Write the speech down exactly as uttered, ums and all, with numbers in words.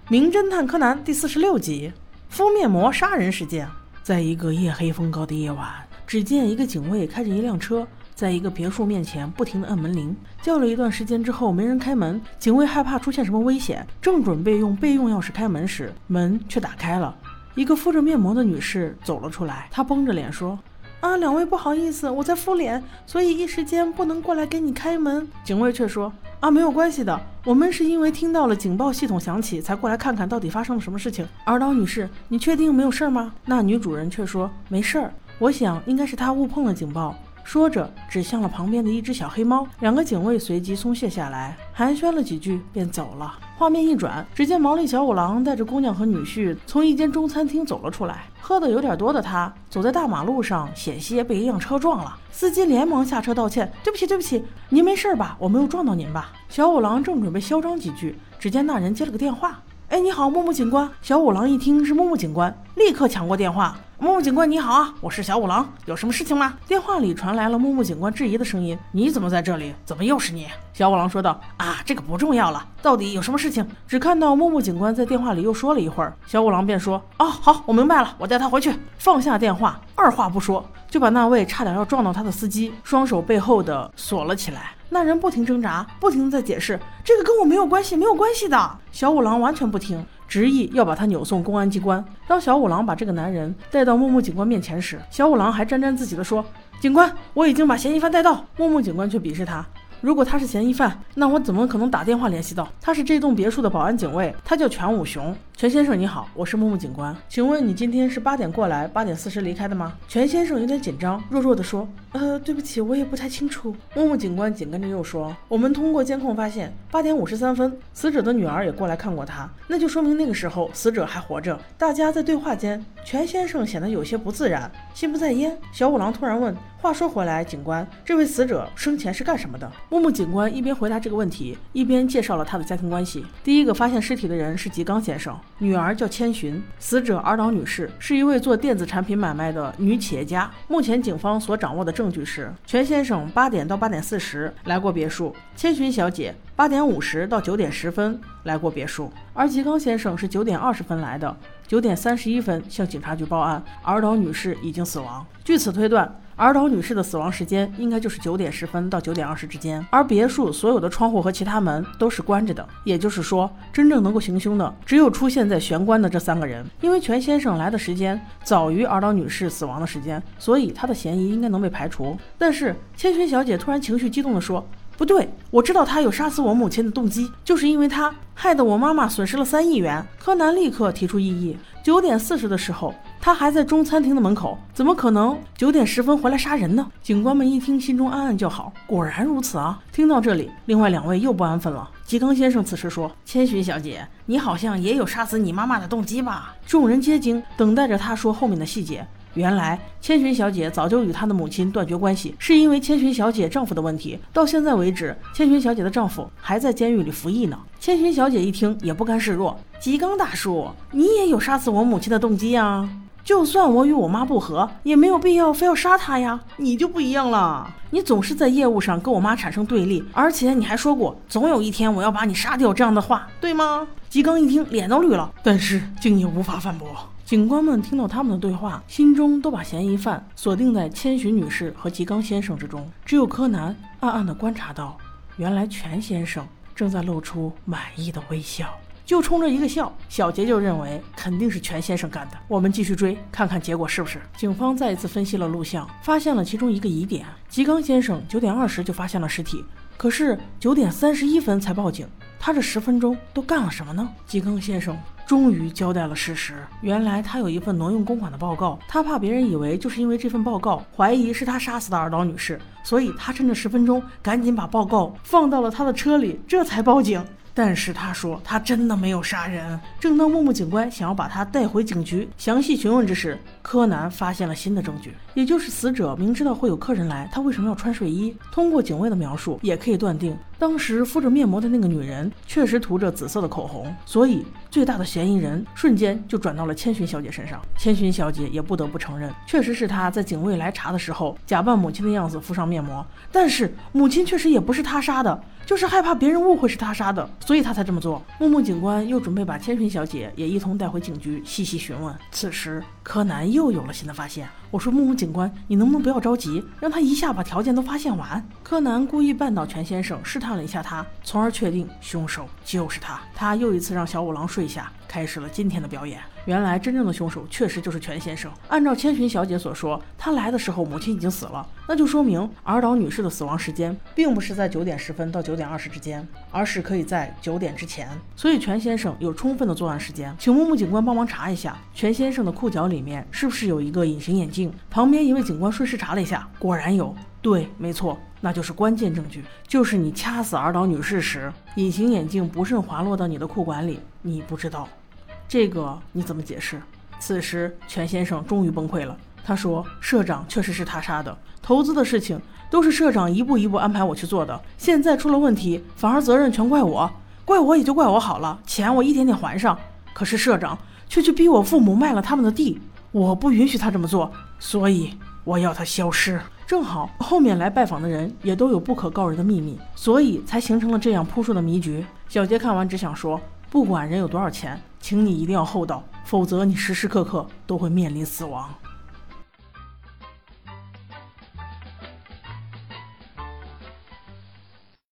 名侦探柯南》第四十六集，敷面膜杀人事件。在一个夜黑风高的夜晚，只见一个警卫开着一辆车，在一个别墅面前不停地按门铃，叫了一段时间之后没人开门，警卫害怕出现什么危险，正准备用备用钥匙开门时，门却打开了，一个敷着面膜的女士走了出来，她绷着脸说：啊，两位不好意思，我在敷脸，所以一时间不能过来给你开门。警卫却说：啊，没有关系的，我们是因为听到了警报系统响起才过来看看到底发生了什么事情。尔岛女士，你确定没有事吗？那女主人却说：没事儿，我想应该是她误碰了警报。说着指向了旁边的一只小黑猫，两个警卫随即松懈下来，寒暄了几句便走了。画面一转，只见毛利小五郎带着姑娘和女婿从一间中餐厅走了出来，喝的有点多的他走在大马路上，险些被一辆车撞了，司机连忙下车道歉：对不起对不起，您没事吧？我没有撞到您吧？小五郎正准备嚣张几句，只见那人接了个电话：哎，你好，木木警官。小五郎一听是木木警官，立刻抢过电话：木木警官你好啊，我是小五郎，有什么事情吗？电话里传来了木木警官质疑的声音：你怎么在这里？怎么又是你？小五郎说道：啊，这个不重要了，到底有什么事情？只看到木木警官在电话里又说了一会儿，小五郎便说：哦，好，我明白了，我带他回去。放下电话，二话不说就把那位差点要撞到他的司机双手背后的锁了起来。那人不停挣扎，不停地在解释：这个跟我没有关系，没有关系的。小五郎完全不听，执意要把他扭送公安机关。当小五郎把这个男人带到木木警官面前时，小五郎还沾沾自喜地说：警官，我已经把嫌疑犯带到。木木警官却鄙视他：如果他是嫌疑犯，那我怎么可能打电话联系到？他是这栋别墅的保安警卫，他叫全武雄。全先生你好，我是木木警官，请问你今天是八点过来，八点四十离开的吗？全先生有点紧张，弱弱地说：呃，对不起，我也不太清楚。木木警官紧跟着又说：我们通过监控发现，八点五十三分，死者的女儿也过来看过他，那就说明那个时候死者还活着。大家在对话间，全先生显得有些不自然，心不在焉。小五郎突然问：话说回来，警官，这位死者生前是干什么的？木木警官一边回答这个问题，一边介绍了他的家庭关系。第一个发现尸体的人是吉冈先生，女儿叫千寻，死者尔岛女士是一位做电子产品买卖的女企业家。目前警方所掌握的证据是，全先生八点到八点四十来过别墅，千寻小姐八点五十到九点十分来过别墅，而吉冈先生是九点二十分来的，九点三十一分向警察局报案，尔岛女士已经死亡。据此推断，尔岛女士的死亡时间应该就是九点十分到九点二十之间，而别墅所有的窗户和其他门都是关着的，也就是说，真正能够行凶的只有出现在玄关的这三个人。因为全先生来的时间早于尔岛女士死亡的时间，所以他的嫌疑应该能被排除。但是千寻小姐突然情绪激动地说：不对，我知道他有杀死我母亲的动机，就是因为他害得我妈妈损失了三亿元。柯南立刻提出异议，九点四十的时候他还在中餐厅的门口，怎么可能九点十分回来杀人呢？警官们一听，心中暗暗叫好，果然如此啊。听到这里，另外两位又不安分了。吉冈先生此时说：千寻小姐，你好像也有杀死你妈妈的动机吧？众人皆惊，等待着他说后面的细节。原来千寻小姐早就与她的母亲断绝关系，是因为千寻小姐丈夫的问题。到现在为止，千寻小姐的丈夫还在监狱里服役呢。千寻小姐一听也不甘示弱：吉冈大叔，你也有杀死我母亲的动机呀？就算我与我妈不和，也没有必要非要杀她呀。你就不一样了，你总是在业务上跟我妈产生对立，而且你还说过总有一天我要把你杀掉这样的话，对吗？吉冈一听脸都绿了，但是竟也无法反驳。警官们听到他们的对话，心中都把嫌疑犯锁定在千寻女士和吉冈先生之中。只有柯南暗暗地观察到，原来全先生正在露出满意的微笑，就冲着一个笑，小杰就认为肯定是全先生干的。我们继续追，看看结果是不是。警方再一次分析了录像，发现了其中一个疑点：吉冈先生九点二十就发现了尸体，可是九点三十一分才报警，他这十分钟都干了什么呢？吉冈先生终于交代了事实，原来他有一份挪用公款的报告，他怕别人以为就是因为这份报告怀疑是他杀死的尔岛女士，所以他趁着十分钟赶紧把报告放到了他的车里，这才报警。但是他说他真的没有杀人。正当木木警官想要把他带回警局详细询问之时，柯南发现了新的证据，也就是死者明知道会有客人来，他为什么要穿睡衣？通过警卫的描述也可以断定， 当时敷着面膜的那个女人确实涂着紫色的口红，所以最大的嫌疑人瞬间就转到了千寻小姐身上。千寻小姐也不得不承认，确实是她在警卫来查的时候假扮母亲的样子敷上面膜，但是母亲确实也不是她杀的，就是害怕别人误会是她杀的，所以她才这么做。木木警官又准备把千寻小姐也一同带回警局细细询问。此时柯南又有了新的发现，我说木木警官，你能不能不要着急，让他一下把条件都发现完？柯南故意绊倒全先生，试探了一下他，从而确定凶手就是他。他又一次让小五郎睡下，开始了今天的表演。原来真正的凶手确实就是全先生。按照千寻小姐所说，他来的时候母亲已经死了，那就说明尔岛女士的死亡时间并不是在九点十分到九点二十之间，而是可以在九点之前，所以全先生有充分的作案时间。请木木警官帮忙查一下，全先生的裤脚里面是不是有一个隐形眼镜？旁边一位警官顺势查了一下，果然有。对，没错，那就是关键证据，就是你掐死尔岛女士时，隐形眼镜不慎滑落到你的裤管里，你不知道。这个你怎么解释？此时全先生终于崩溃了，他说社长确实是他杀的，投资的事情都是社长一步一步安排我去做的，现在出了问题反而责任全怪我，怪我也就怪我好了，钱我一点点还上，可是社长却去逼我父母卖了他们的地，我不允许他这么做，所以我要他消失。正好后面来拜访的人也都有不可告人的秘密，所以才形成了这样扑朔的迷局。小杰看完只想说，不管人有多少钱，请你一定要厚道，否则你时时刻刻都会面临死亡。